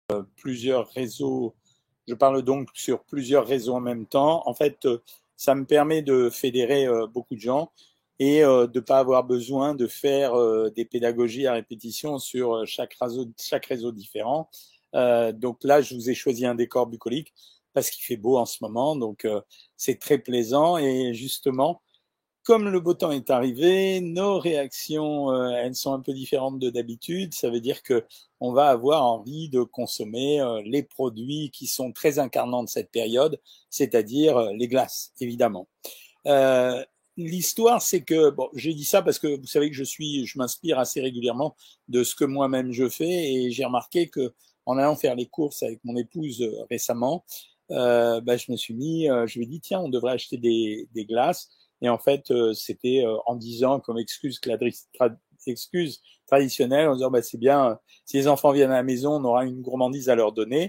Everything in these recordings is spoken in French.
plusieurs réseaux. Je parle donc sur plusieurs réseaux en même temps. En fait, ça me permet de fédérer beaucoup de gens et de ne pas avoir besoin de faire des pédagogies à répétition sur chaque réseau différent. Donc là, je vous ai choisi un décor bucolique parce qu'il fait beau en ce moment, donc c'est très plaisant. Et justement, comme le beau temps est arrivé, nos réactions, elles sont un peu différentes de d'habitude. Ça veut dire que on va avoir envie de consommer les produits qui sont très incarnants de cette période, c'est-à-dire les glaces, évidemment. Euh, L'histoire, c'est que bon, j'ai dit ça parce que vous savez que je m'inspire assez régulièrement de ce que moi-même je fais, et j'ai remarqué que en allant faire les courses avec mon épouse récemment, je me suis mis, je lui ai dit tiens, on devrait acheter des glaces. Et en fait, c'était en disant comme excuse traditionnelle, en disant c'est bien, si les enfants viennent à la maison, on aura une gourmandise à leur donner.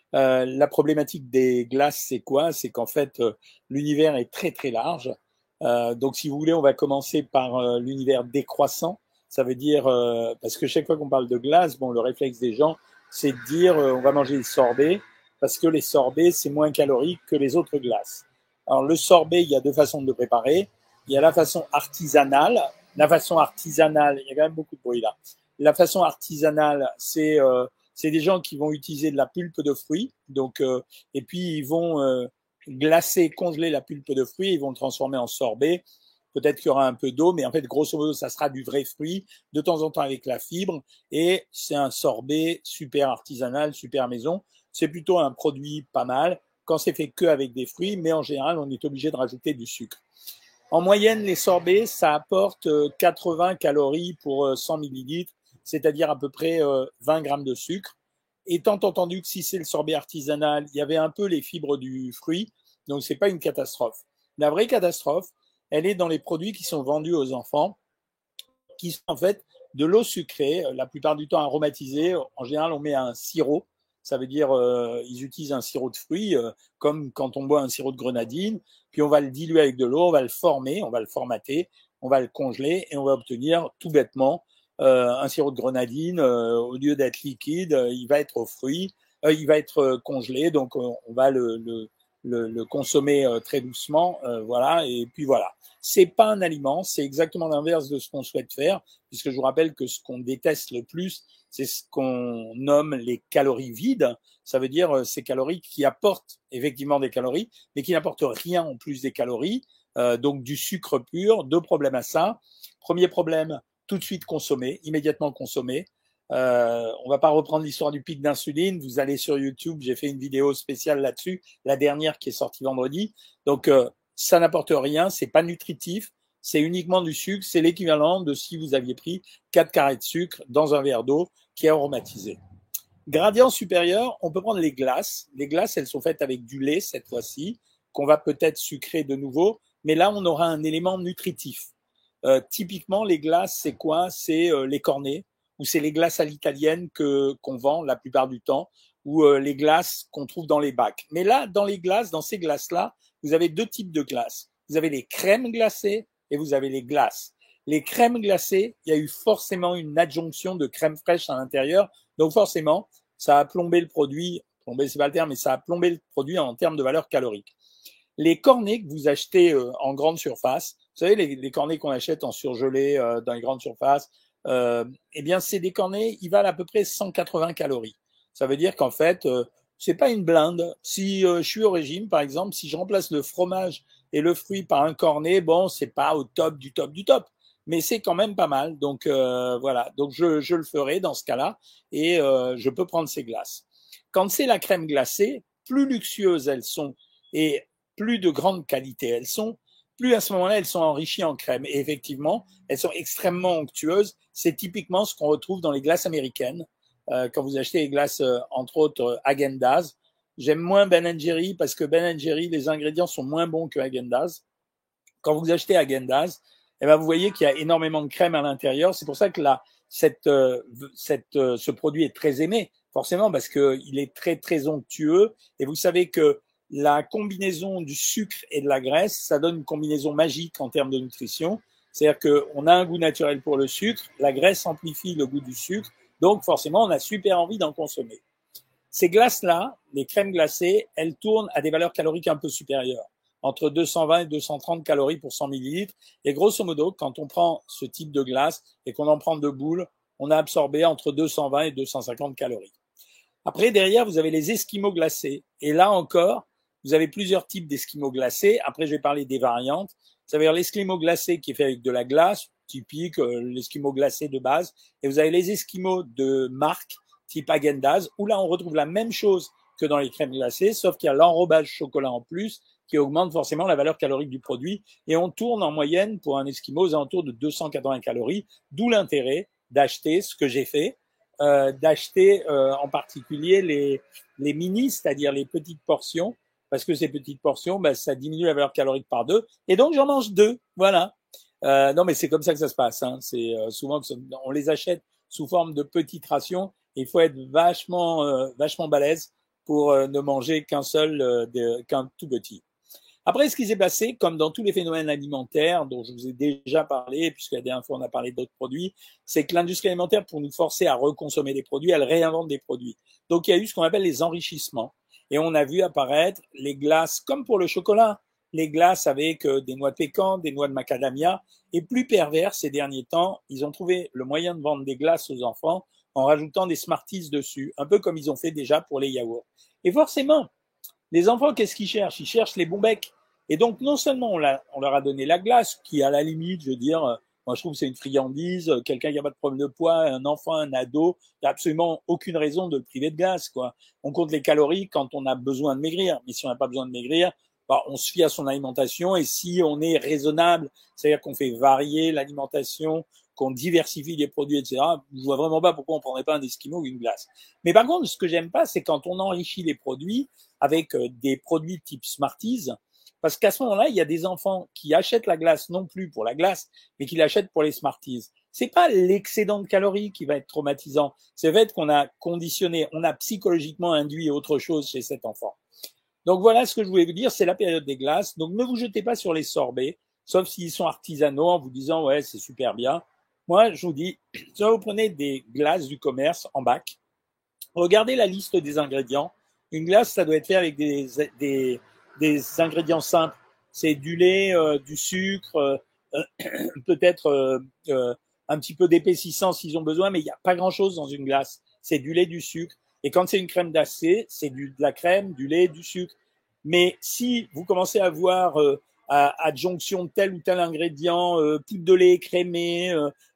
La problématique des glaces, c'est quoi? C'est qu'en fait, l'univers est très très large. Donc, si vous voulez, on va commencer par l'univers décroissant. Ça veut dire, parce que chaque fois qu'on parle de glace, bon, le réflexe des gens, c'est de dire, on va manger des sorbets, parce que les sorbets, c'est moins calorique que les autres glaces. Alors, le sorbet, il y a deux façons de le préparer. Il y a la façon artisanale. La façon artisanale, il y a quand même beaucoup de bruit là. La façon artisanale, c'est des gens qui vont utiliser de la pulpe de fruits, donc et puis ils vont glacer, congeler la pulpe de fruits, ils vont le transformer en sorbet. Peut-être qu'il y aura un peu d'eau, mais en fait, grosso modo, ça sera du vrai fruit, de temps en temps avec la fibre, et c'est un sorbet super artisanal, super maison. C'est plutôt un produit pas mal quand c'est fait que avec des fruits, mais en général, on est obligé de rajouter du sucre. En moyenne, les sorbets, ça apporte 80 calories pour 100 millilitres, c'est-à-dire à peu près 20 grammes de sucre. Étant entendu que si c'est le sorbet artisanal, il y avait un peu les fibres du fruit, donc c'est pas une catastrophe. La vraie catastrophe, elle est dans les produits qui sont vendus aux enfants, qui sont en fait de l'eau sucrée, la plupart du temps aromatisée. En général, on met un sirop. Ça veut dire ils utilisent un sirop de fruits, comme quand on boit un sirop de grenadine. Puis on va le diluer avec de l'eau, on va le former, on va le formater, on va le congeler et on va obtenir tout bêtement un sirop de grenadine. Au lieu d'être liquide, il va être aux fruits, il va être congelé. Donc on va le consommer très doucement, voilà. Et puis voilà. C'est pas un aliment, c'est exactement l'inverse de ce qu'on souhaite faire, puisque je vous rappelle que ce qu'on déteste le plus, c'est ce qu'on nomme les calories vides. Ça veut dire ces calories qui apportent effectivement des calories, mais qui n'apportent rien en plus des calories, donc du sucre pur. Deux problèmes à ça. Premier problème, tout de suite consommer, immédiatement consommer. On va pas reprendre l'histoire du pic d'insuline. Vous allez sur YouTube, j'ai fait une vidéo spéciale là-dessus, la dernière qui est sortie vendredi. Donc ça n'apporte rien, c'est pas nutritif, c'est uniquement du sucre, c'est l'équivalent de si vous aviez pris 4 carrés de sucre dans un verre d'eau qui est aromatisé. Gradient supérieur, on peut prendre les glaces. Les glaces, elles sont faites avec du lait cette fois-ci, qu'on va peut-être sucrer de nouveau, mais là, on aura un élément nutritif. Typiquement, les glaces, c'est quoi? C'est les cornets, ou c'est les glaces à l'italienne qu'on vend la plupart du temps, ou les glaces qu'on trouve dans les bacs. Mais là, dans les glaces, dans ces glaces-là, vous avez deux types de glaces. Vous avez les crèmes glacées et vous avez les glaces. Les crèmes glacées, il y a eu forcément une adjonction de crème fraîche à l'intérieur, donc forcément, ça a plombé le produit. Plombé, c'est pas le terme, mais ça a plombé le produit en termes de valeur calorique. Les cornets que vous achetez en grande surface, vous savez, les cornets qu'on achète en surgelé dans les grandes surfaces, eh bien, c'est des cornets, ils valent à peu près 180 calories. Ça veut dire qu'en fait, c'est pas une blinde. Si je suis au régime, par exemple, si je remplace le fromage et le fruit par un cornet, bon, c'est pas au top du top du top, mais c'est quand même pas mal. Donc voilà, donc je le ferai dans ce cas-là et je peux prendre ces glaces. Quand c'est la crème glacée, plus luxueuses elles sont et plus de grande qualité elles sont, plus à ce moment-là elles sont enrichies en crème. Et effectivement, elles sont extrêmement onctueuses. C'est typiquement ce qu'on retrouve dans les glaces américaines. Quand vous achetez les glaces, entre autres Häagen-Dazs, j'aime moins Ben Jerry parce que Ben Jerry, les ingrédients sont moins bons que Häagen-Dazs. Quand vous achetez Häagen-Dazs, eh ben vous voyez qu'il y a énormément de crème à l'intérieur. C'est pour ça que ce produit est très aimé, forcément, parce qu'il est très, très onctueux. Et vous savez que la combinaison du sucre et de la graisse, ça donne une combinaison magique en termes de nutrition. C'est-à-dire qu'on a un goût naturel pour le sucre, la graisse amplifie le goût du sucre, donc forcément, on a super envie d'en consommer. Ces glaces-là, les crèmes glacées, elles tournent à des valeurs caloriques un peu supérieures, entre 220 et 230 calories pour 100 millilitres. Et grosso modo, quand on prend ce type de glace et qu'on en prend deux boules, on a absorbé entre 220 et 250 calories. Après, derrière, vous avez les esquimaux glacés. Et là encore, vous avez plusieurs types d'esquimaux glacés. Après, je vais parler des variantes. Ça veut dire l'esquimau glacé qui est fait avec de la glace, typique, l'esquimau glacé de base. Et vous avez les esquimaux de marque, type Häagen-Dazs, où là, on retrouve la même chose que dans les crèmes glacées, sauf qu'il y a l'enrobage chocolat en plus, qui augmente forcément la valeur calorique du produit. Et on tourne en moyenne pour un esquimau aux alentours de 280 calories, d'où l'intérêt d'acheter ce que j'ai fait, d'acheter en particulier les mini, c'est-à-dire les petites portions, parce que ces petites portions, ben, ça diminue la valeur calorique par deux, et donc j'en mange deux, voilà. Non, mais c'est comme ça que ça se passe. Hein. C'est souvent que on les achète sous forme de petites rations. Et il faut être vachement balèze pour ne manger qu'un tout petit. Après, ce qui s'est passé, comme dans tous les phénomènes alimentaires dont je vous ai déjà parlé, puisque la dernière fois on a parlé d'autres produits, c'est que l'industrie alimentaire, pour nous forcer à reconsommer des produits, elle réinvente des produits. Donc il y a eu ce qu'on appelle les enrichissements. Et on a vu apparaître les glaces, comme pour le chocolat, les glaces avec des noix de pécan, des noix de macadamia. Et plus pervers, ces derniers temps, ils ont trouvé le moyen de vendre des glaces aux enfants en rajoutant des Smarties dessus, un peu comme ils ont fait déjà pour les yaourts. Et forcément, les enfants, qu'est-ce qu'ils cherchent? Ils cherchent les bons becs. Et donc, non seulement on leur a donné la glace, qui à la limite, je veux dire, moi je trouve que c'est une friandise, quelqu'un qui n'a pas de problème de poids, un enfant, un ado, il n'y a absolument aucune raison de le priver de glace, quoi. On compte les calories quand on a besoin de maigrir, mais si on n'a pas besoin de maigrir, bah, on se fie à son alimentation, et si on est raisonnable, c'est-à-dire qu'on fait varier l'alimentation, qu'on diversifie les produits, etc., je vois vraiment pas pourquoi on prendrait pas un esquimau ou une glace. Mais par contre, ce que j'aime pas, c'est quand on enrichit les produits avec des produits type Smarties, parce qu'à ce moment-là, il y a des enfants qui achètent la glace non plus pour la glace, mais qui l'achètent pour les Smarties. C'est pas l'excédent de calories qui va être traumatisant, c'est le fait qu'on a conditionné, on a psychologiquement induit autre chose chez cet enfant. Donc voilà ce que je voulais vous dire, c'est la période des glaces. Donc ne vous jetez pas sur les sorbets, sauf s'ils sont artisanaux en vous disant ouais c'est super bien. Moi je vous dis, si vous prenez des glaces du commerce en bac, regardez la liste des ingrédients. Une glace ça doit être fait avec des ingrédients simples. C'est du lait, du sucre, peut-être un petit peu d'épaississant s'ils ont besoin, mais il n'y a pas grand-chose dans une glace. C'est du lait, du sucre. Et quand c'est une crème glacée, c'est de la crème, du lait, du sucre. Mais si vous commencez à voir adjonction de tel ou tel ingrédient, poudre de lait écrémé,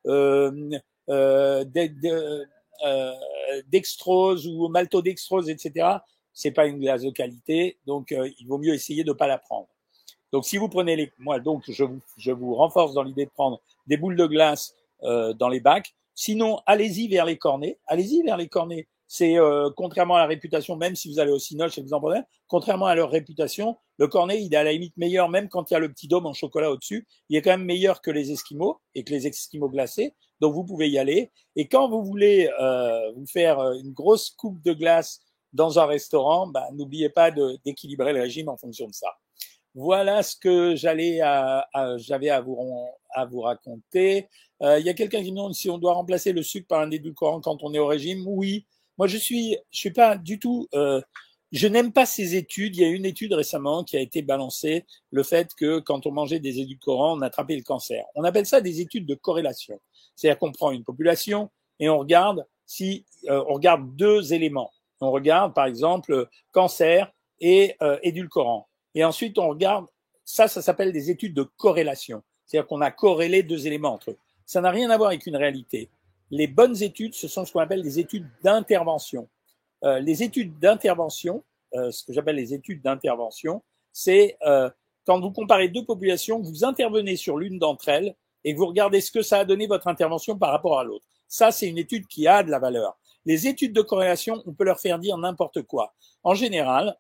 dextrose ou maltodextrose, etc., c'est pas une glace de qualité, donc il vaut mieux essayer de ne pas la prendre. Donc si vous prenez moi donc je vous renforce dans l'idée de prendre des boules de glace dans les bacs. Sinon, allez-y vers les cornets. Allez-y vers les cornets. C'est contrairement à la réputation, même si vous allez au Cinoche et vous en prenez, contrairement à leur réputation, le cornet il est à la limite meilleur, même quand il y a le petit dôme en chocolat au-dessus, il est quand même meilleur que les esquimaux et que les esquimaux glacés. Donc vous pouvez y aller. Et quand vous voulez vous faire une grosse coupe de glace dans un restaurant, bah, n'oubliez pas d'équilibrer le régime en fonction de ça. Voilà ce que j'avais à vous raconter. Il y a quelqu'un qui me demande si on doit remplacer le sucre par un édulcorant quand on est au régime. Oui. Moi, je suis pas du tout. Je n'aime pas ces études. Il y a une étude récemment qui a été balancée, le fait que quand on mangeait des édulcorants, on attrapait le cancer. On appelle ça des études de corrélation. C'est-à-dire qu'on prend une population et on regarde on regarde deux éléments. On regarde, par exemple, cancer et édulcorant. Et ensuite, on regarde, ça s'appelle des études de corrélation. C'est-à-dire qu'on a corrélé deux éléments entre eux. Ça n'a rien à voir avec une réalité. Les bonnes études, ce sont ce qu'on appelle des études d'intervention. Les études d'intervention, ce que j'appelle les études d'intervention, c'est quand vous comparez deux populations, vous intervenez sur l'une d'entre elles et vous regardez ce que ça a donné votre intervention par rapport à l'autre. Ça, c'est une étude qui a de la valeur. Les études de corrélation, on peut leur faire dire n'importe quoi. En général,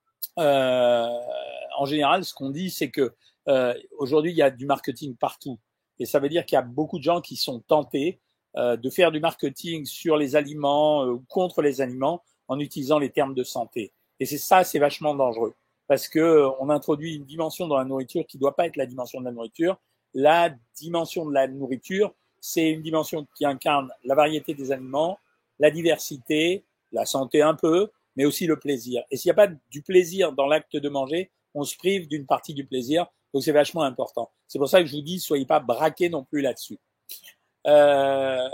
ce qu'on dit, c'est que aujourd'hui, il y a du marketing partout. Et ça veut dire qu'il y a beaucoup de gens qui sont tentés de faire du marketing sur les aliments ou contre les aliments en utilisant les termes de santé. Et c'est vachement dangereux parce que on introduit une dimension dans la nourriture qui ne doit pas être la dimension de la nourriture. La dimension de la nourriture, c'est une dimension qui incarne la variété des aliments, la diversité, la santé un peu, mais aussi le plaisir. Et s'il n'y a pas du plaisir dans l'acte de manger, on se prive d'une partie du plaisir. Donc c'est vachement important. C'est pour ça que je vous dis, soyez pas braqués non plus là-dessus. Euh,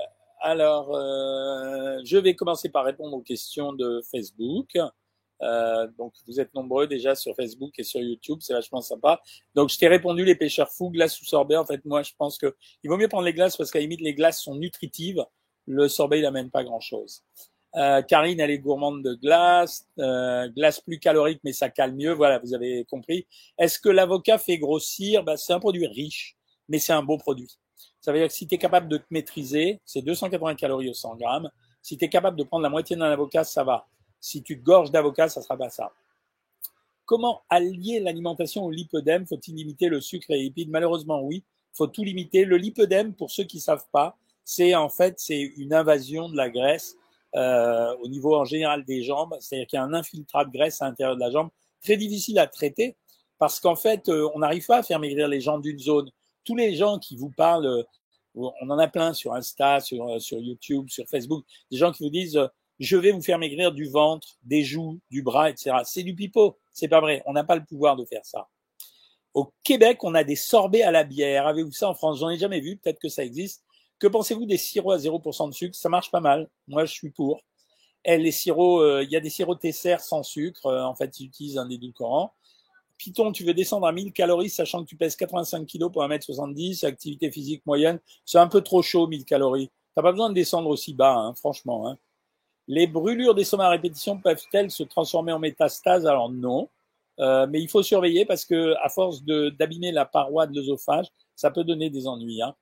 je vais commencer par répondre aux questions de Facebook. Donc vous êtes nombreux déjà sur Facebook et sur YouTube, c'est vachement sympa. Donc je t'ai répondu les pêcheurs fous, glace ou sorbet. En fait, moi je pense que il vaut mieux prendre les glaces parce qu'à la limite les glaces sont nutritives. Le sorbet il n'amène pas grand-chose. Karine, elle est gourmande de glace, glace plus calorique mais ça cale mieux. Voilà, vous avez compris. Est-ce que l'avocat fait grossir? C'est un produit riche, mais c'est un beau produit. Ça veut dire que si tu es capable de te maîtriser, c'est 280 calories au 100 grammes. Si tu es capable de prendre la moitié d'un avocat, ça va. Si tu te gorges d'avocat, ça sera pas ça. Comment allier l'alimentation au lipœdème? Faut-il limiter le sucre et les lipides? Malheureusement, oui. Faut tout limiter. Le lipœdème, pour ceux qui savent pas, c'est une invasion de la graisse au niveau en général des jambes. C'est-à-dire qu'il y a un infiltrat de graisse à l'intérieur de la jambe, très difficile à traiter parce qu'en fait, on n'arrive pas à faire maigrir les gens d'une zone. Tous les gens qui vous parlent, on en a plein sur Insta, sur YouTube, sur Facebook, des gens qui vous disent je vais vous faire maigrir du ventre, des joues, du bras, etc. C'est du pipeau, c'est pas vrai. On n'a pas le pouvoir de faire ça. Au Québec, on a des sorbets à la bière. Avez-vous ça en France? J'en ai jamais vu, peut-être que ça existe. Que pensez-vous des sirops à 0% de sucre? Ça marche pas mal. Moi, je suis pour. Les sirops, il y a des sirops Tesser sans sucre. En fait, ils utilisent un édulcorant. Python, tu veux descendre à 1000 calories, sachant que tu pèses 85 kilos pour 1m70, activité physique moyenne. C'est un peu trop chaud, 1000 calories. T'as pas besoin de descendre aussi bas, hein, franchement. Hein. Les brûlures d'estomac à répétition peuvent-elles se transformer en métastase? Alors non, mais il faut surveiller parce que à force d'abîmer la paroi de l'œsophage, ça peut donner des ennuis. Hein.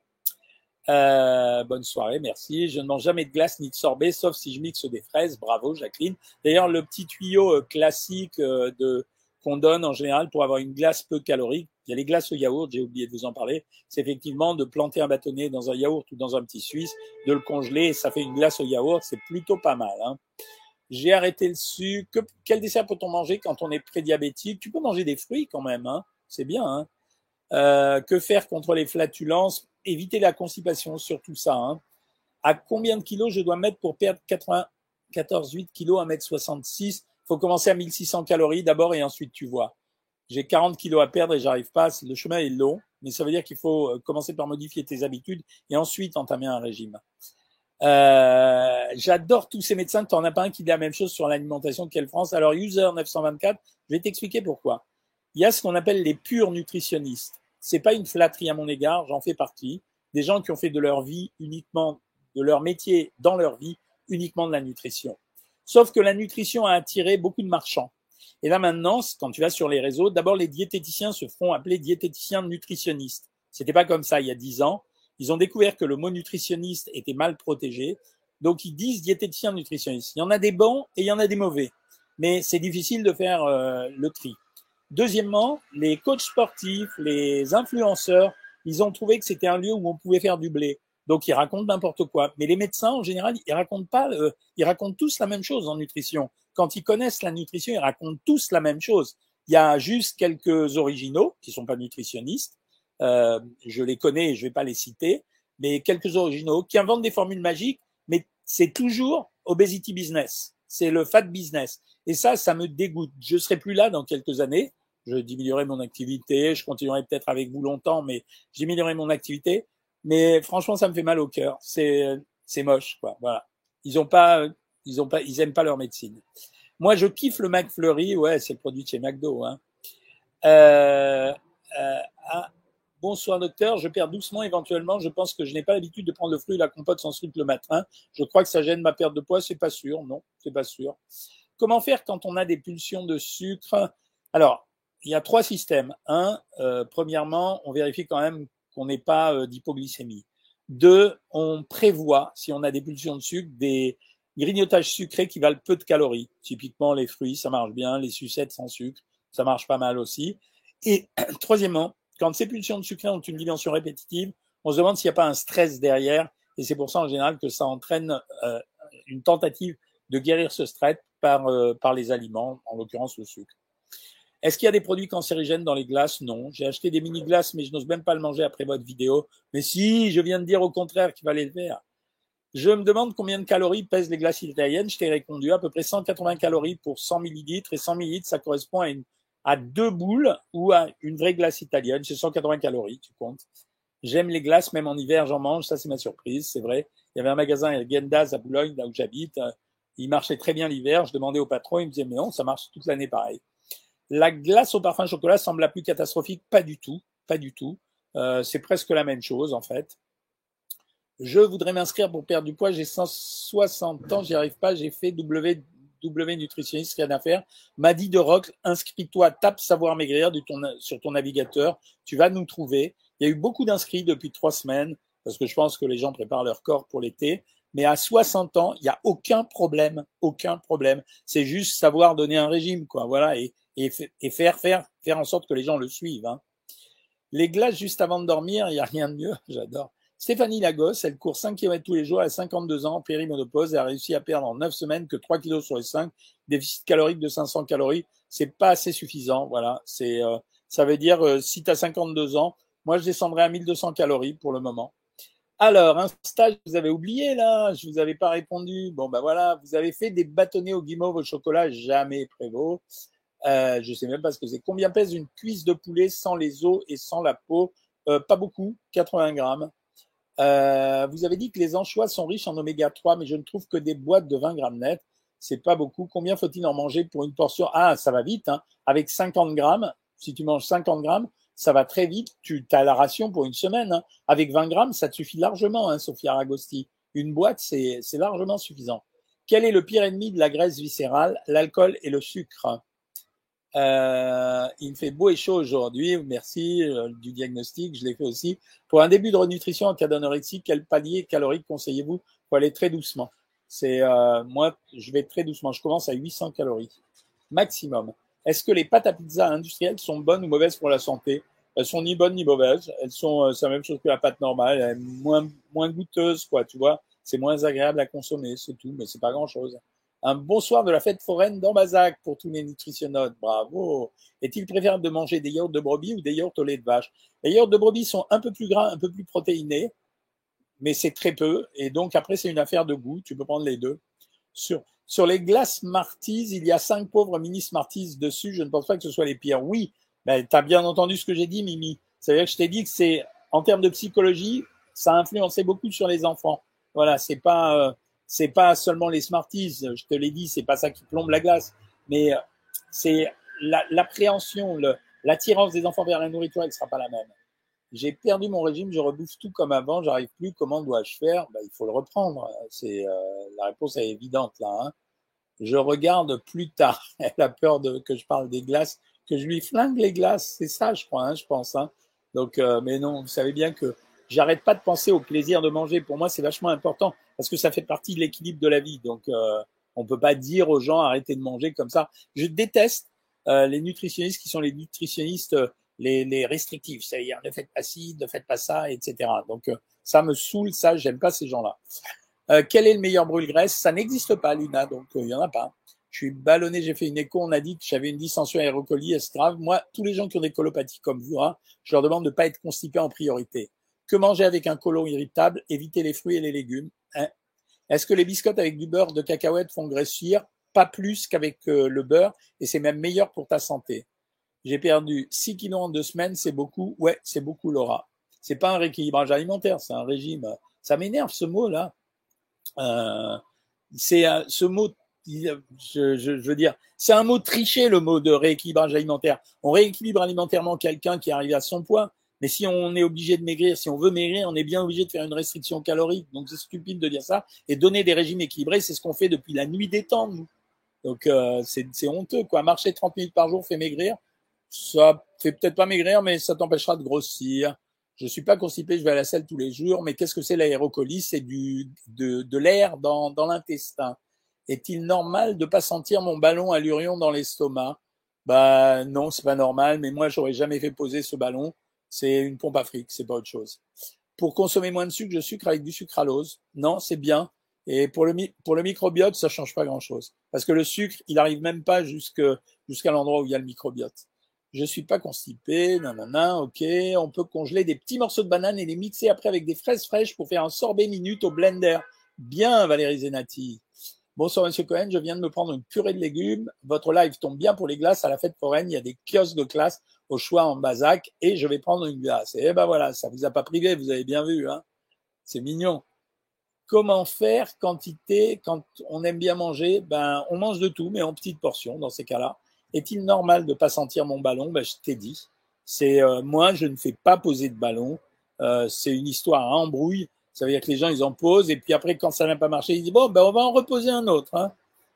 Bonne soirée, merci. Je ne mange jamais de glace ni de sorbet, sauf si je mixe des fraises. Bravo, Jacqueline. D'ailleurs, le petit tuyau classique qu'on donne en général pour avoir une glace peu calorique, il y a les glaces au yaourt, j'ai oublié de vous en parler, c'est effectivement de planter un bâtonnet dans un yaourt ou dans un petit suisse, de le congeler, et ça fait une glace au yaourt, c'est plutôt pas mal. Hein. J'ai arrêté le sucre. Quel dessert peut-on manger quand on est prédiabétique? Tu peux manger des fruits quand même, hein. C'est bien. Hein. Que faire contre les flatulences? Éviter la constipation, surtout ça. Hein. À combien de kilos je dois mettre pour perdre 94,8 kilos, 1m66? Il faut commencer à 1600 calories d'abord et ensuite tu vois. J'ai 40 kilos à perdre et j'arrive pas. Le chemin est long, mais ça veut dire qu'il faut commencer par modifier tes habitudes et ensuite entamer un régime. J'adore tous ces médecins. Tu n'en as pas un qui dit la même chose sur l'alimentation qu'elle France. Alors, User 924, je vais t'expliquer pourquoi. Il y a ce qu'on appelle les purs nutritionnistes. C'est pas une flatterie à mon égard, j'en fais partie. Des gens qui ont fait de leur vie uniquement, de leur métier dans leur vie, uniquement de la nutrition. Sauf que la nutrition a attiré beaucoup de marchands. Et là maintenant, quand tu vas sur les réseaux, d'abord les diététiciens se font appeler diététiciens nutritionnistes. C'était pas comme ça il y a 10 ans. Ils ont découvert que le mot nutritionniste était mal protégé. Donc ils disent diététicien nutritionniste. Il y en a des bons et il y en a des mauvais. Mais c'est difficile de faire le tri. Deuxièmement, les coachs sportifs, les influenceurs, ils ont trouvé que c'était un lieu où on pouvait faire du blé. Donc ils racontent n'importe quoi. Mais les médecins, en général, ils racontent tous la même chose en nutrition. Quand ils connaissent la nutrition, ils racontent tous la même chose. Il y a juste quelques originaux qui sont pas nutritionnistes. Je les connais et je vais pas les citer, mais quelques originaux qui inventent des formules magiques, mais c'est toujours obesity business. C'est le fat business. Et ça me dégoûte. Je serai plus là dans quelques années. Je diminuerai mon activité. Je continuerai peut-être avec vous longtemps, mais je diminuerai mon activité. Mais franchement, ça me fait mal au cœur. C'est moche, quoi. Voilà. Ils aiment pas leur médecine. Moi, je kiffe le McFlurry. Ouais, c'est le produit de chez McDo, hein. Bonsoir docteur, je perds doucement éventuellement. Je pense que je n'ai pas l'habitude de prendre le fruit et la compote sans sucre le matin. Je crois que ça gêne ma perte de poids. C'est pas sûr. Non, c'est pas sûr. Comment faire quand on a des pulsions de sucre? Alors, il y a 3 systèmes. Premièrement, on vérifie quand même qu'on n'ait pas d'hypoglycémie. 2, on prévoit, si on a des pulsions de sucre, des grignotages sucrés qui valent peu de calories. Typiquement, les fruits, ça marche bien. Les sucettes sans sucre, ça marche pas mal aussi. Et troisièmement, quand ces pulsions de sucre ont une dimension répétitive, on se demande s'il n'y a pas un stress derrière. Et c'est pour ça, en général, que ça entraîne une tentative de guérir ce stress par les aliments, en l'occurrence le sucre. Est-ce qu'il y a des produits cancérigènes dans les glaces? Non. J'ai acheté des mini-glaces, mais je n'ose même pas le manger après votre vidéo. Mais si, je viens de dire au contraire qu'il fallait le faire. Je me demande combien de calories pèsent les glaces italiennes. Je t'ai répondu à peu près 180 calories pour 100 millilitres. Et 100 millilitres, ça correspond à deux boules ou à une vraie glace italienne. C'est 180 calories, tu comptes. J'aime les glaces, même en hiver, j'en mange. Ça, c'est ma surprise, c'est vrai. Il y avait un magasin à Gendaz à Boulogne, là où j'habite. Il marchait très bien l'hiver. Je demandais au patron, il me disait, mais non, ça marche toute l'année pareil. La glace au parfum chocolat semble la plus catastrophique. Pas du tout. Pas du tout. C'est presque la même chose, en fait. Je voudrais m'inscrire pour perdre du poids. J'ai 160 ans, j'y arrive pas. J'ai fait W nutritionniste, rien à faire. M'a dit de Rock, inscris-toi, tape savoir maigrir sur ton navigateur. Tu vas nous trouver. Il y a eu beaucoup d'inscrits depuis 3 semaines parce que je pense que les gens préparent leur corps pour l'été. Mais à 60 ans, il n'y a aucun problème, aucun problème. C'est juste savoir donner un régime, quoi. Voilà, et faire en sorte que les gens le suivent. Hein. Les glaces juste avant de dormir, il n'y a rien de mieux. J'adore. Stéphanie Lagos, elle court 5 km tous les jours, elle a 52 ans, périménopause, et a réussi à perdre en 9 semaines que 3 kilos sur les 5, déficit calorique de 500 calories. C'est pas assez suffisant, voilà. Ça veut dire, si tu as 52 ans, moi je descendrai à 1200 calories pour le moment. Alors, un stage, vous avez oublié là, je vous avais pas répondu. Bon, ben voilà, vous avez fait des bâtonnets au guimauve au chocolat, jamais Prévost. Je sais même pas ce que c'est. Combien pèse une cuisse de poulet sans les os et sans la peau? Pas beaucoup, 80 grammes. Vous avez dit que les anchois sont riches en oméga 3, mais je ne trouve que des boîtes de 20 grammes net. C'est pas beaucoup. Combien faut-il en manger pour une portion? Ah, ça va vite. Hein. Avec 50 grammes, si tu manges 50 grammes, ça va très vite. Tu as la ration pour une semaine. Hein. Avec 20 grammes, ça te suffit largement, hein, Sophia Ragosti. Une boîte, c'est largement suffisant. Quel est le pire ennemi de la graisse viscérale? L'alcool et le sucre. Il fait beau et chaud aujourd'hui. Merci du diagnostic, je l'ai fait aussi. Pour un début de renutrition en cas d'anorexie, quel palier calorique conseillez-vous? Il faut aller très doucement. Moi, je vais très doucement. Je commence à 800 calories maximum. Est-ce que les pâtes à pizza industrielles sont bonnes ou mauvaises pour la santé? Elles sont ni bonnes ni mauvaises. Elles sont, c'est la même chose que la pâte normale. Elle est moins goûteuse, quoi. Tu vois, c'est moins agréable à consommer, c'est tout. Mais c'est pas grand-chose. Un bonsoir de la fête foraine dans Bazac pour tous les nutritionnautes. Bravo. Est-il préférable de manger des yaourts de brebis ou des yaourts au lait de vache? Les yaourts de brebis sont un peu plus gras, un peu plus protéinés, mais c'est très peu. Et donc après, c'est une affaire de goût. Tu peux prendre les deux. Sur les glaces Smarties, il y a 5 pauvres mini Smarties dessus. Je ne pense pas que ce soit les pires. Oui, mais tu as bien entendu ce que j'ai dit, Mimi. C'est-à-dire que je t'ai dit que c'est, en termes de psychologie, ça a influencé beaucoup sur les enfants. Voilà, c'est pas seulement les Smarties. Je te l'ai dit, c'est pas ça qui plombe la glace, mais c'est l'appréhension, l'attirance des enfants vers la nourriture, elle ne sera pas la même. J'ai perdu mon régime, je rebouffe tout comme avant, j'arrive plus, comment dois-je faire? Il faut le reprendre. La réponse est évidente là. Hein. Je regarde plus tard. Elle a peur que je parle des glaces, que je lui flingue les glaces. C'est ça, je crois, hein, je pense. Hein. Donc, mais non, vous savez bien que j'arrête pas de penser au plaisir de manger. Pour moi, c'est vachement important parce que ça fait partie de l'équilibre de la vie. Donc, on peut pas dire aux gens arrêtez de manger comme ça. Je déteste les nutritionnistes qui sont les nutritionnistes les restrictifs, c'est-à-dire ne faites pas ci, ne faites pas ça, etc. Donc ça me saoule, ça, j'aime pas ces gens-là. Quel est le meilleur brûle-graisse? Ça n'existe pas, Luna, donc il y en a pas. Je suis ballonné, j'ai fait une écho, on a dit que j'avais une distension aérocoli, est-ce grave? Moi, tous les gens qui ont des colopathies comme vous, hein, je leur demande de ne pas être constipés en priorité. Que manger avec un côlon irritable? Éviter les fruits et les légumes. Hein. Est-ce que les biscottes avec du beurre de cacahuète font grossir? Pas plus qu'avec le beurre, et c'est même meilleur pour ta santé. J'ai perdu 6 kilos en 2 semaines, c'est beaucoup. Ouais, c'est beaucoup, Laura. C'est pas un rééquilibrage alimentaire, c'est un régime. Ça m'énerve ce mot-là. Ce mot, je veux dire, c'est un mot triché, le mot de rééquilibrage alimentaire. On rééquilibre alimentairement quelqu'un qui est arrivé à son poids, mais si on est obligé de maigrir, si on veut maigrir, on est bien obligé de faire une restriction calorique. Donc c'est stupide de dire ça. Et donner des régimes équilibrés, c'est ce qu'on fait depuis la nuit des temps, nous. Donc c'est honteux, quoi. Marcher 30 minutes par jour fait maigrir. Ça fait peut-être pas maigrir, mais ça t'empêchera de grossir. Je suis pas constipé, je vais à la selle tous les jours, mais qu'est-ce que c'est l'aérocolie? C'est de l'air dans l'intestin. Est-il normal de pas sentir mon ballon à l'urion dans l'estomac? Bah non, c'est pas normal, mais moi j'aurais jamais fait poser ce ballon. C'est une pompe à fric, c'est pas autre chose. Pour consommer moins de sucre, je sucre avec du sucralose. Non, c'est bien. Et pour le microbiote, ça change pas grand-chose. Parce que le sucre, il arrive même pas jusqu'à l'endroit où il y a le microbiote. Je suis pas constipé, nanana, ok. On peut congeler des petits morceaux de banane et les mixer après avec des fraises fraîches pour faire un sorbet minute au blender. Bien, Valérie Zenati. Bonsoir, Monsieur Cohen. Je viens de me prendre une purée de légumes. Votre live tombe bien pour les glaces. À la fête foraine, il y a des kiosques de glace au choix en Bazac et je vais prendre une glace. Et ben voilà, ça vous a pas privé, vous avez bien vu, hein. C'est mignon. Comment faire quantité quand on aime bien manger? Ben, on mange de tout, mais en petites portions dans ces cas-là. Est-il normal de pas sentir mon ballon? Ben, je t'ai dit. C'est moi, je ne fais pas poser de ballon. C'est une histoire à embrouille. Ça veut dire que les gens ils en posent et puis après quand ça n'a pas marché, ils disent bon ben on va en reposer un autre. Hein.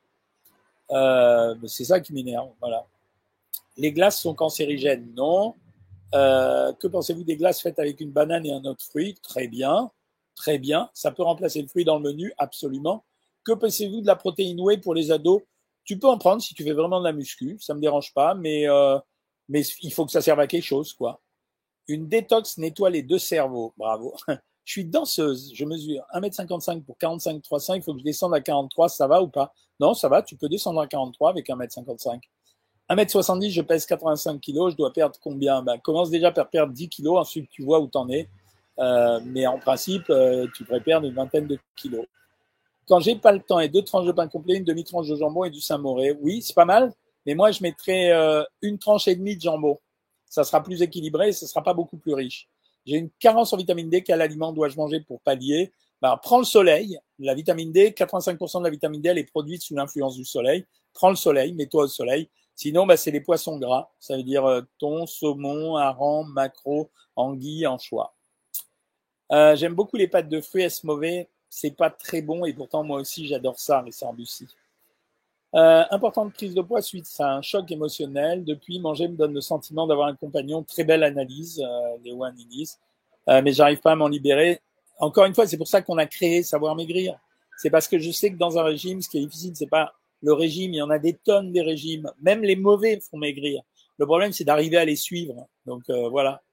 C'est ça qui m'énerve. Voilà. Les glaces sont cancérigènes? Non. Que pensez-vous des glaces faites avec une banane et un autre fruit? Très bien, très bien. Ça peut remplacer le fruit dans le menu, absolument. Que pensez-vous de la protéine whey pour les ados? Tu peux en prendre si tu fais vraiment de la muscu, ça me dérange pas, mais il faut que ça serve à quelque chose, quoi. Une détox nettoie les deux cerveaux. Bravo. Je suis danseuse, je mesure 1m55 pour 45,35, il faut que je descende à 43, ça va ou pas? Non, ça va, tu peux descendre à 43 avec 1m55. 1m70, je pèse 85 kilos, je dois perdre combien? Ben, commence déjà par perdre 10 kilos, ensuite tu vois où t'en es. Mais en principe, tu pourrais perdre une vingtaine de kilos. Quand j'ai pas le temps et 2 tranches de pain complet, une demi-tranche de jambon et du Saint-Moré, oui, c'est pas mal, mais moi je mettrais une tranche et demie de jambon. Ça sera plus équilibré et ce sera pas beaucoup plus riche. J'ai une carence en vitamine D, quel aliment dois-je manger pour pallier? Ben, prends le soleil, la vitamine D, 85% de la vitamine D, elle est produite sous l'influence du soleil. Prends le soleil, mets-toi au soleil. Sinon, bah, c'est les poissons gras. Ça veut dire thon, saumon, hareng, maquereau, anguille, anchois. J'aime beaucoup les pâtes de fruits. Est-ce mauvais? C'est pas très bon et pourtant moi aussi j'adore ça, les sambucis. Importante prise de poids suite à un choc émotionnel. Depuis, manger me donne le sentiment d'avoir un compagnon. Très belle analyse, Léo Anilis. Mais j'arrive pas à m'en libérer. Encore une fois, c'est pour ça qu'on a créé Savoir Maigrir. C'est parce que je sais que dans un régime, ce qui est difficile, c'est pas le régime. Il y en a des tonnes des régimes. Même les mauvais font maigrir. Le problème, c'est d'arriver à les suivre. Donc voilà.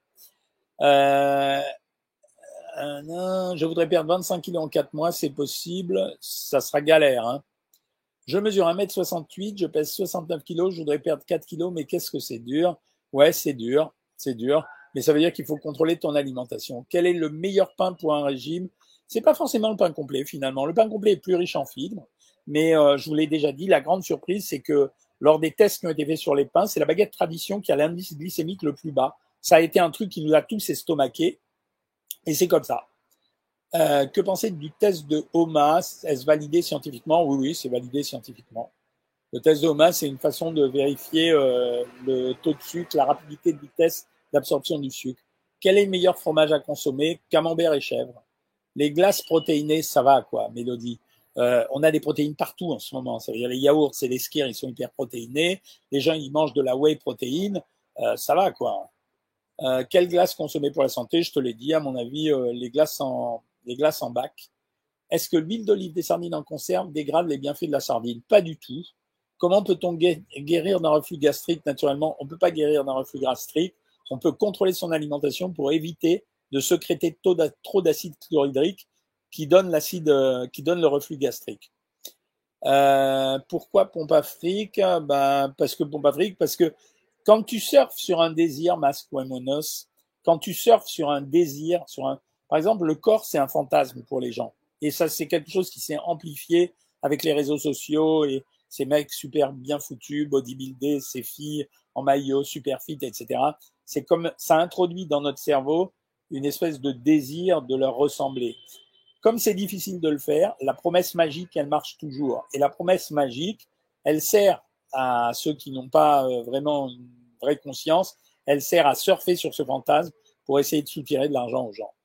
Euh, non, je voudrais perdre 25 kilos en 4 mois, c'est possible. Ça sera galère. Hein. Je mesure 1m68, je pèse 69 kilos, je voudrais perdre 4 kilos, mais qu'est-ce que c'est dur? Ouais, c'est dur, mais ça veut dire qu'il faut contrôler ton alimentation. Quel est le meilleur pain pour un régime? C'est pas forcément le pain complet finalement. Le pain complet est plus riche en fibres, mais je vous l'ai déjà dit, la grande surprise, c'est que lors des tests qui ont été faits sur les pains, c'est la baguette tradition qui a l'indice glycémique le plus bas. Ça a été un truc qui nous a tous estomaqués, et c'est comme ça. Que penser du test de HOMA? Est-ce validé scientifiquement? Oui, oui, c'est validé scientifiquement. Le test de HOMA, c'est une façon de vérifier le taux de sucre, la rapidité du test d'absorption du sucre. Quel est le meilleur fromage à consommer? Camembert et chèvre. Les glaces protéinées, ça va quoi, Mélodie? On a des protéines partout en ce moment. Ça veut dire les yaourts et les skyrs, ils sont hyper protéinés. Les gens, ils mangent de la whey protéine. Ça va quoi. Quelle glace consommer pour la santé? Je te l'ai dit, à mon avis, les glaces en bac. Est-ce que l'huile d'olive des sardines en conserve dégrade les bienfaits de la sardine? Pas du tout. Comment peut-on guérir d'un reflux gastrique? Naturellement, on ne peut pas guérir d'un reflux gastrique. On peut contrôler son alimentation pour éviter de sécréter trop d'acide chlorhydrique qui donne le reflux gastrique. Pourquoi pompe afrique? Ben, parce que pompe afrique, parce que quand tu surfes sur un désir, masculinos, quand tu surfes sur un désir, par exemple, le corps, c'est un fantasme pour les gens. Et ça, c'est quelque chose qui s'est amplifié avec les réseaux sociaux et ces mecs super bien foutus, bodybuildés, ces filles en maillot, super fit, etc. C'est comme, ça introduit dans notre cerveau une espèce de désir de leur ressembler. Comme c'est difficile de le faire, la promesse magique, elle marche toujours. Et la promesse magique, elle sert à ceux qui n'ont pas vraiment une vraie conscience, elle sert à surfer sur ce fantasme pour essayer de soutirer de l'argent aux gens.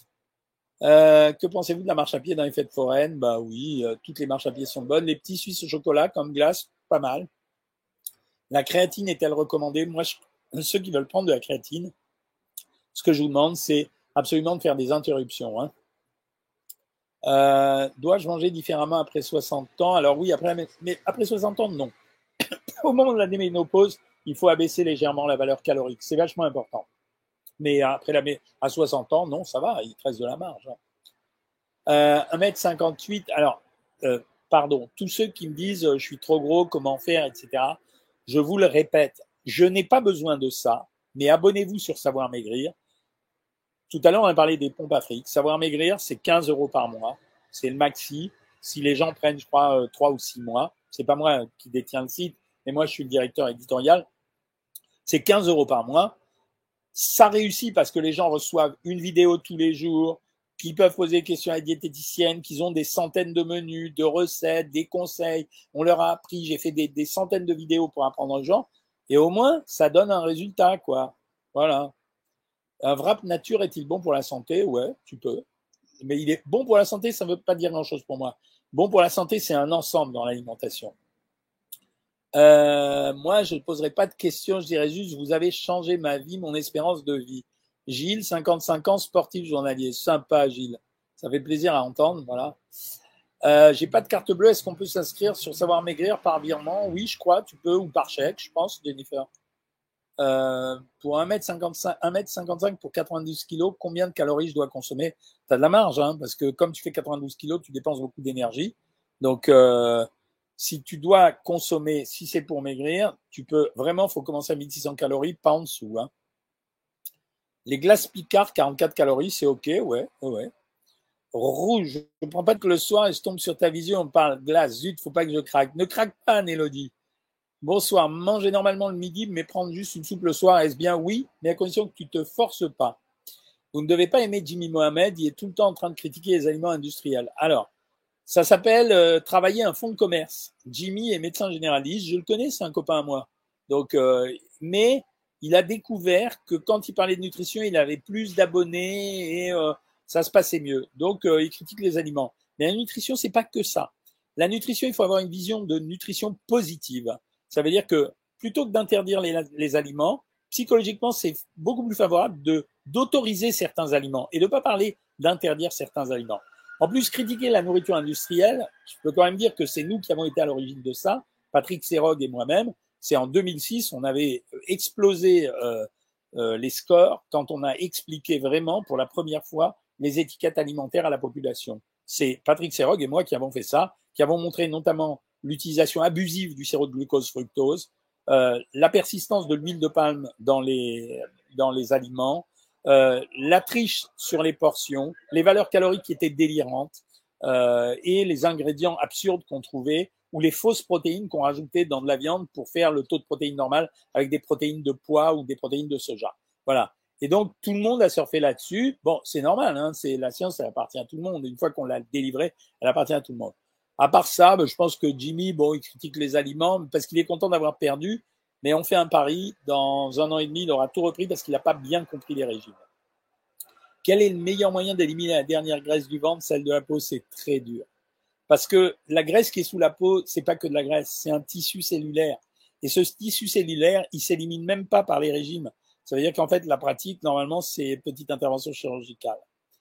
Que pensez-vous de la marche à pied dans les fêtes foraines? Bah oui, toutes les marches à pied sont bonnes. Les petits Suisses au chocolat comme glace, pas mal. La créatine est-elle recommandée? Moi, ceux qui veulent prendre de la créatine, ce que je vous demande, c'est absolument de faire des interruptions. Hein. Dois-je manger différemment après 60 ans? Alors oui, mais après 60 ans, non. Au moment de la ménopause, il faut abaisser légèrement la valeur calorique. C'est vachement important. Mais après à 60 ans, non, ça va, il te reste de la marge. 1m58, alors, pardon, tous ceux qui me disent je suis trop gros, comment faire, etc. Je vous le répète, je n'ai pas besoin de ça, mais abonnez-vous sur Savoir Maigrir. Tout à l'heure, on a parlé des pompes afriques. Savoir Maigrir, c'est 15 € par mois. c'est le maxi. Si les gens prennent, je crois, 3 ou 6 mois, c'est pas moi qui détiens le site, mais moi je suis le directeur éditorial, c'est 15 € par mois. Ça réussit parce que les gens reçoivent une vidéo tous les jours, qu'ils peuvent poser des questions à la diététicienne, qu'ils ont des centaines de menus, de recettes, des conseils. On leur a appris, j'ai fait des centaines de vidéos pour apprendre aux gens, et au moins, ça donne un résultat, quoi. Voilà. Un wrap nature est-il bon pour la santé? Ouais, tu peux. Mais il est bon pour la santé, ça ne veut pas dire grand-chose pour moi. Bon pour la santé, c'est un ensemble dans l'alimentation. Moi, je ne poserai pas de questions, je dirais juste, vous avez changé ma vie, mon espérance de vie. Gilles, 55 ans, sportif journalier. Sympa, Gilles. Ça fait plaisir à entendre, voilà. J'ai pas de carte bleue, est-ce qu'on peut s'inscrire sur Savoir Maigrir par virement? Oui, je crois, tu peux, ou par chèque, je pense, Jennifer. Pour 1m55 pour 92 kilos, combien de calories je dois consommer? Tu as de la marge, hein, parce que comme tu fais 92 kilos, tu dépenses beaucoup d'énergie. Donc, si tu dois consommer, si c'est pour maigrir, tu peux vraiment, faut commencer à 1600 calories, pas en dessous. Hein. Les glaces Picard, 44 calories, c'est ok, ouais, ouais. Rouge, je ne prends pas que le soir et je tombe sur ta vision, on parle glace, zut, faut pas que je craque. Ne craque pas, Nélodie. Bonsoir, manger normalement le midi, mais prendre juste une soupe le soir, est-ce bien? Oui, mais à condition que tu ne te forces pas. Vous ne devez pas aimer Jimmy Mohamed, il est tout le temps en train de critiquer les aliments industriels. Alors, ça s'appelle travailler un fonds de commerce. Jimmy est médecin généraliste, je le connais, c'est un copain à moi. Donc, mais il a découvert que quand il parlait de nutrition, il avait plus d'abonnés et ça se passait mieux. Donc, il critique les aliments. Mais la nutrition, c'est pas que ça. La nutrition, il faut avoir une vision de nutrition positive. Ça veut dire que plutôt que d'interdire les aliments, psychologiquement, c'est beaucoup plus favorable d'autoriser certains aliments et de ne pas parler d'interdire certains aliments. En plus, critiquer la nourriture industrielle, je peux quand même dire que c'est nous qui avons été à l'origine de ça, Patrick Serog et moi-même. C'est en 2006, on avait explosé les scores quand on a expliqué vraiment pour la première fois les étiquettes alimentaires à la population. C'est Patrick Serog et moi qui avons fait ça, qui avons montré notamment l'utilisation abusive du sirop de glucose fructose, la persistance de l'huile de palme dans les aliments, la triche sur les portions, les valeurs caloriques qui étaient délirantes et les ingrédients absurdes qu'on trouvait ou les fausses protéines qu'on rajoutait dans de la viande pour faire le taux de protéines normal avec des protéines de pois ou des protéines de soja. Voilà. Et donc, tout le monde a surfé là-dessus. Bon, c'est normal, hein, c'est la science, elle appartient à tout le monde. Une fois qu'on l'a délivrée, elle appartient à tout le monde. À part ça, je pense que Jimmy, bon, il critique les aliments parce qu'il est content d'avoir perdu, mais on fait un pari, dans 1 an et demi, il aura tout repris parce qu'il n'a pas bien compris les régimes. Quel est le meilleur moyen d'éliminer la dernière graisse du ventre? Celle de la peau, c'est très dur. Parce que la graisse qui est sous la peau, c'est pas que de la graisse, c'est un tissu cellulaire. Et ce tissu cellulaire, il s'élimine même pas par les régimes. Ça veut dire qu'en fait, la pratique, normalement, c'est petite intervention chirurgicale.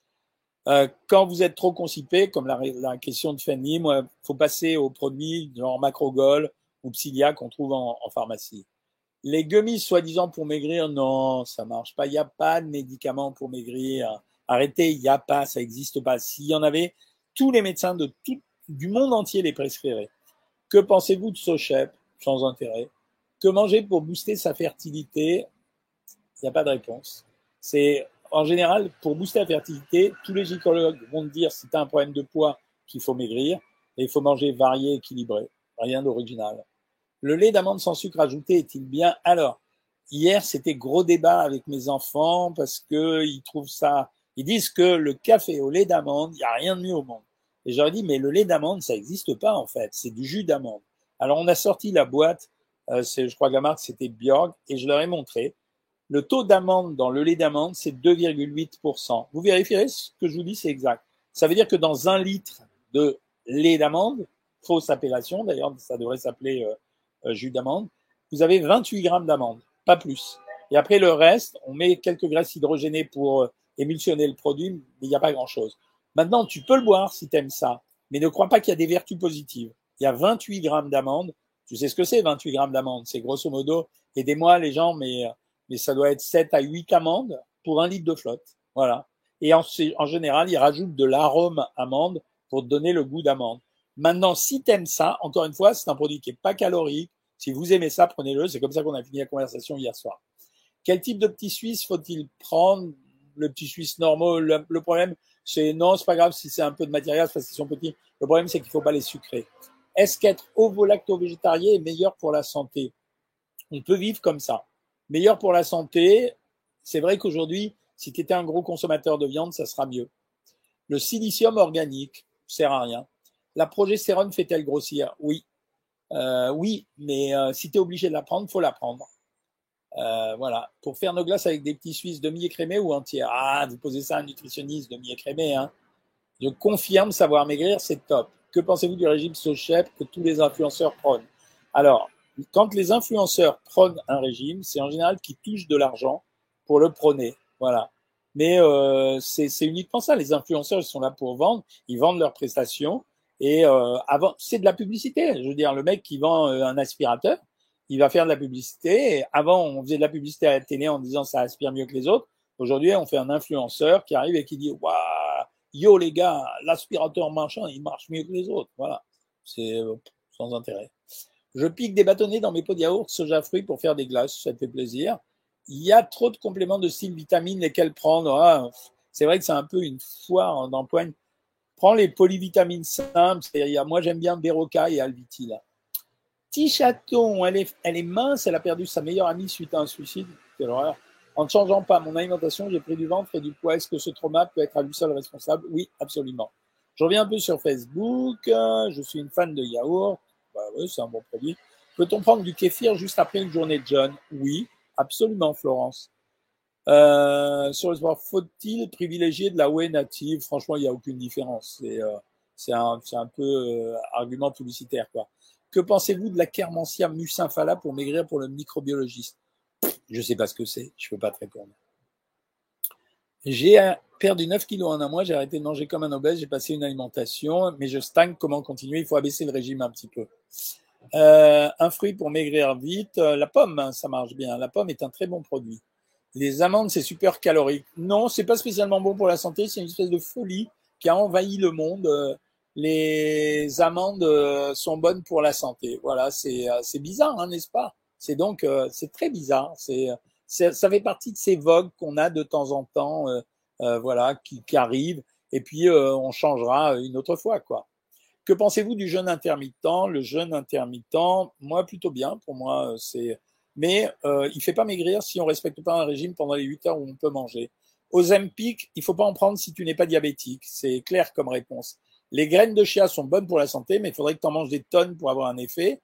Quand vous êtes trop constipé, comme la question de Fanny, moi, faut passer aux produits genre Macrogol ou Psyllia qu'on trouve en pharmacie. Les gummies soi-disant pour maigrir, non, ça marche pas. Il n'y a pas de médicaments pour maigrir. Arrêtez, il n'y a pas, ça n'existe pas. S'il y en avait, tous les médecins du monde entier les prescriraient. Que pensez-vous de Sochep? Sans intérêt. Que manger pour booster sa fertilité? Il n'y a pas de réponse. C'est en général, pour booster la fertilité, tous les gynécologues vont te dire si tu as un problème de poids qu'il faut maigrir et il faut manger varié, équilibré. Rien d'original. Le lait d'amande sans sucre ajouté est-il bien? Alors, hier, c'était gros débat avec mes enfants parce que ils trouvent ça, ils disent que le café au lait d'amande, il n'y a rien de mieux au monde. Et j'aurais dit, mais le lait d'amande, ça n'existe pas en fait, c'est du jus d'amande. Alors, on a sorti la boîte, je crois que la marque c'était Bjorg, et je leur ai montré. Le taux d'amande dans le lait d'amande, c'est 2,8%. Vous vérifierez ce que je vous dis, c'est exact. Ça veut dire que dans 1 litre de lait d'amande, fausse appellation, d'ailleurs, ça devrait s'appeler jus d'amande, vous avez 28 grammes d'amande, pas plus. Et après le reste, on met quelques graisses hydrogénées pour émulsionner le produit, mais il n'y a pas grand-chose. Maintenant, tu peux le boire si tu aimes ça, mais ne crois pas qu'il y a des vertus positives. Il y a 28 grammes d'amande. Tu sais ce que c'est, 28 grammes d'amande? C'est grosso modo, aidez-moi les gens, mais ça doit être 7 à 8 amandes pour 1 litre de flotte. Voilà. Et en général, ils rajoutent de l'arôme amande pour te donner le goût d'amande. Maintenant, si tu aimes ça, encore une fois, c'est un produit qui n'est pas calorique. Si vous aimez ça, prenez-le. C'est comme ça qu'on a fini la conversation hier soir. Quel type de petit suisse faut-il prendre? Le petit suisse normal, le problème, Non, c'est pas grave si c'est un peu de matière grasse parce qu'ils sont petits. Le problème, c'est qu'il ne faut pas les sucrer. Est-ce qu'être ovo-lacto-végétarien est meilleur pour la santé? On peut vivre comme ça. Meilleur pour la santé, c'est vrai qu'aujourd'hui, si tu étais un gros consommateur de viande, ça sera mieux. Le silicium organique sert à rien. La progestérone fait-elle grossir? Oui. Oui, mais si tu es obligé de la prendre, faut la prendre. Voilà. Pour faire nos glaces avec des petits Suisses demi-écrémés ou entiers. Ah, vous posez ça à un nutritionniste demi-écrémé, hein. Je confirme savoir maigrir, c'est top. Que pensez-vous du régime SOCHEP que tous les influenceurs prônent? Alors, quand les influenceurs prônent un régime, c'est en général qu'ils touchent de l'argent pour le prôner. Voilà. Mais c'est uniquement ça. Les influenceurs, ils sont là pour vendre. Ils vendent leurs prestations. Et avant, c'est de la publicité. Je veux dire, le mec qui vend un aspirateur, il va faire de la publicité. Et avant, on faisait de la publicité à la télé en disant ça aspire mieux que les autres. Aujourd'hui, on fait un influenceur qui arrive et qui dit waouh, yo les gars, l'aspirateur marchand, il marche mieux que les autres. Voilà. C'est sans intérêt. Je pique des bâtonnets dans mes pots de yaourt soja fruits pour faire des glaces, ça te fait plaisir. Il y a trop de compléments de style vitamines, lesquels prendre. Ah, c'est vrai que c'est un peu une foire d'empoigne. Prends les polyvitamines simples. Moi, j'aime bien Beroca et Alviti. Là. Petit chaton, elle est mince, elle a perdu sa meilleure amie suite à un suicide. Quelle horreur. En ne changeant pas mon alimentation, j'ai pris du ventre et du poids. Est-ce que ce trauma peut être à lui seul responsable? Oui, absolument. Je reviens un peu sur Facebook. Je suis une fan de yaourt. Bah oui, c'est un bon produit. Peut-on prendre du kéfir juste après une journée de jeûne? Oui, absolument, Florence. Sur le sport, faut-il privilégier de la whey native? Franchement, il n'y a aucune différence. C'est un peu argument publicitaire, quoi. Que pensez-vous de la Kermansia mucin-phala pour maigrir pour le microbiologiste? Je ne sais pas ce que c'est, je ne peux pas te répondre. J'ai perdu 9 kilos en un mois, j'ai arrêté de manger comme un obèse, j'ai passé une alimentation, mais je stagne, comment continuer? Il faut abaisser le régime un petit peu. Un fruit pour maigrir vite, la pomme, hein, ça marche bien. La pomme est un très bon produit. Les amandes, c'est super calorique. Non, c'est pas spécialement bon pour la santé, c'est une espèce de folie qui a envahi le monde. Les amandes sont bonnes pour la santé. Voilà, c'est bizarre, hein, n'est-ce pas? C'est très bizarre. Ça fait partie de ces vogues qu'on a de temps en temps, voilà, qui arrivent. Et puis on changera une autre fois, quoi. Que pensez-vous du jeûne intermittent? Le jeûne intermittent, moi plutôt bien. Pour moi, mais il fait pas maigrir si on respecte pas un régime pendant les 8 heures où on peut manger. Ozempic, il faut pas en prendre si tu n'es pas diabétique. C'est clair comme réponse. Les graines de chia sont bonnes pour la santé, mais il faudrait que tu en manges des tonnes pour avoir un effet.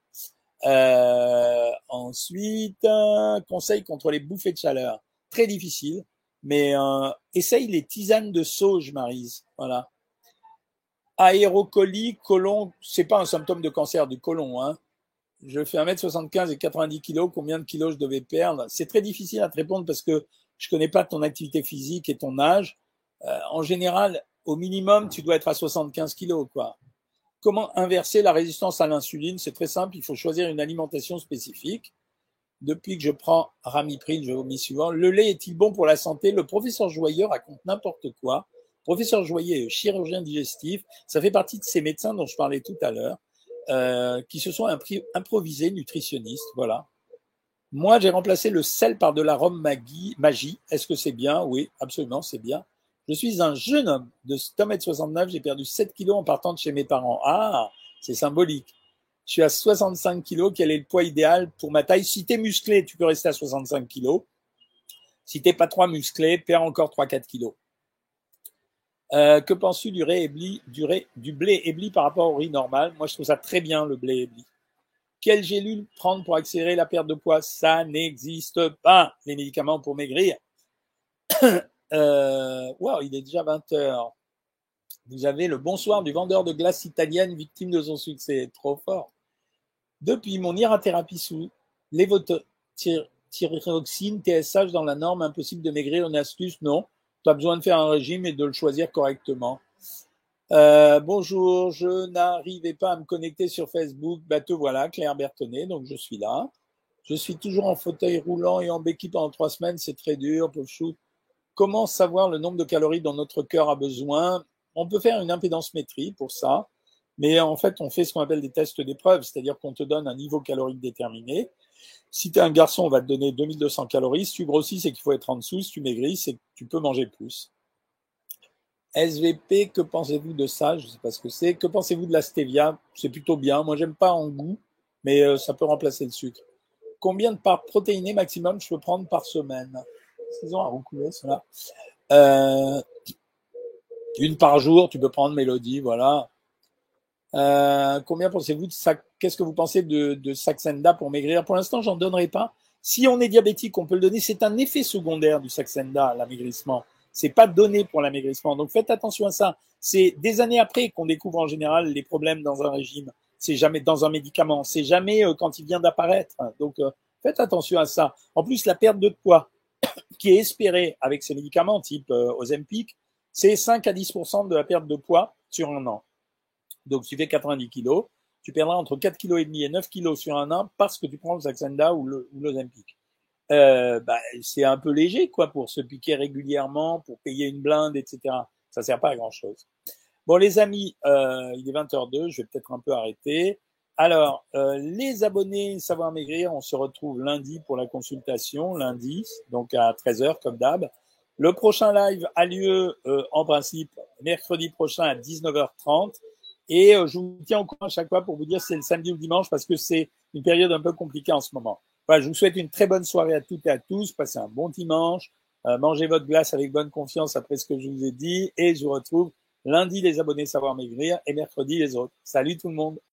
Ensuite, conseil contre les bouffées de chaleur. Très difficile, mais essaye les tisanes de sauge, Maryse. Voilà. Aérocolie, côlon, c'est pas un symptôme de cancer du côlon, hein. Je fais 1m75 et 90 kilos. Combien de kilos je devais perdre? C'est très difficile à te répondre parce que je connais pas ton activité physique et ton âge. En général, au minimum, tu dois être à 75 kilos, quoi. Comment inverser la résistance à l'insuline? C'est très simple. Il faut choisir une alimentation spécifique. Depuis que je prends Ramipril, je vomis souvent. Le lait est-il bon pour la santé? Le professeur Joyeux raconte n'importe quoi. Le professeur Joyeux est chirurgien digestif. Ça fait partie de ces médecins dont je parlais tout à l'heure, qui se sont improvisés nutritionnistes. Voilà. Moi, j'ai remplacé le sel par de l'arôme magie. Est-ce que c'est bien? Oui, absolument, c'est bien. Je suis un jeune homme de 1m69. J'ai perdu 7 kilos en partant de chez mes parents. Ah, c'est symbolique. Je suis à 65 kilos. Quel est le poids idéal pour ma taille? Si t'es musclé, tu peux rester à 65 kilos. Si t'es pas trop musclé, perds encore 3-4 kilos. Que penses-tu du blé ébli par rapport au riz normal? Moi, je trouve ça très bien, le blé ébli. Quelle gélule prendre pour accélérer la perte de poids? Ça n'existe pas. Les médicaments pour maigrir. Wow, il est déjà 20 heures. Vous avez le bonsoir du vendeur de glace italienne victime de son succès. Trop fort. Depuis mon irathérapie sous lévothyroxine, TSH dans la norme, impossible de maigrir, une astuce? Non. Tu as besoin de faire un régime et de le choisir correctement. Bonjour, je n'arrivais pas à me connecter sur Facebook. Bah te voilà, Claire Bertonnet, donc je suis là. Je suis toujours en fauteuil roulant et en béquille pendant 3 semaines, c'est très dur, pauvre chou. Comment savoir le nombre de calories dont notre cœur a besoin? On peut faire une impédance-métrie pour ça, mais en fait, on fait ce qu'on appelle des tests d'épreuve, c'est-à-dire qu'on te donne un niveau calorique déterminé. Si tu es un garçon, on va te donner 2200 calories. Si tu grossis, c'est qu'il faut être en dessous. Si tu maigris, c'est que tu peux manger plus. SVP, que pensez-vous de ça? Je ne sais pas ce que c'est. Que pensez-vous de la stevia? C'est plutôt bien. Moi, j'aime pas en goût, mais ça peut remplacer le sucre. Combien de parts protéinées maximum je peux prendre par semaine? Saison à roucouler, cela. Euh, une par jour, tu peux prendre Mélodie, voilà. Combien pensez-vous de ça? Qu'est-ce que vous pensez de Saxenda pour maigrir? Pour l'instant, j'en donnerai pas. Si on est diabétique, on peut le donner. C'est un effet secondaire du Saxenda, l'amaigrissement. C'est pas donné pour l'amaigrissement. Donc faites attention à ça. C'est des années après qu'on découvre en général les problèmes dans un régime. C'est jamais dans un médicament. C'est jamais quand il vient d'apparaître. Donc faites attention à ça. En plus, la perte de poids qui est espérée avec ces médicaments type Ozempic, c'est 5 à 10% de la perte de poids sur un an. Donc, si tu fais 90 kilos, tu perdras entre 4,5 kg et 9 kilos sur un an parce que tu prends le Saxenda ou l'Ozempic. C'est un peu léger, quoi, pour se piquer régulièrement, pour payer une blinde, etc. Ça sert pas à grand chose. Bon, les amis, il est 20h02, je vais peut-être un peu arrêter. Alors, les abonnés Savoir Maigrir, on se retrouve lundi pour la consultation, lundi, donc à 13h comme d'hab. Le prochain live a lieu en principe mercredi prochain à 19h30. Et je vous tiens au courant à chaque fois pour vous dire si c'est le samedi ou le dimanche parce que c'est une période un peu compliquée en ce moment. Voilà, je vous souhaite une très bonne soirée à toutes et à tous. Passez un bon dimanche. Mangez votre glace avec bonne confiance après ce que je vous ai dit. Et je vous retrouve lundi les abonnés Savoir Maigrir et mercredi les autres. Salut tout le monde.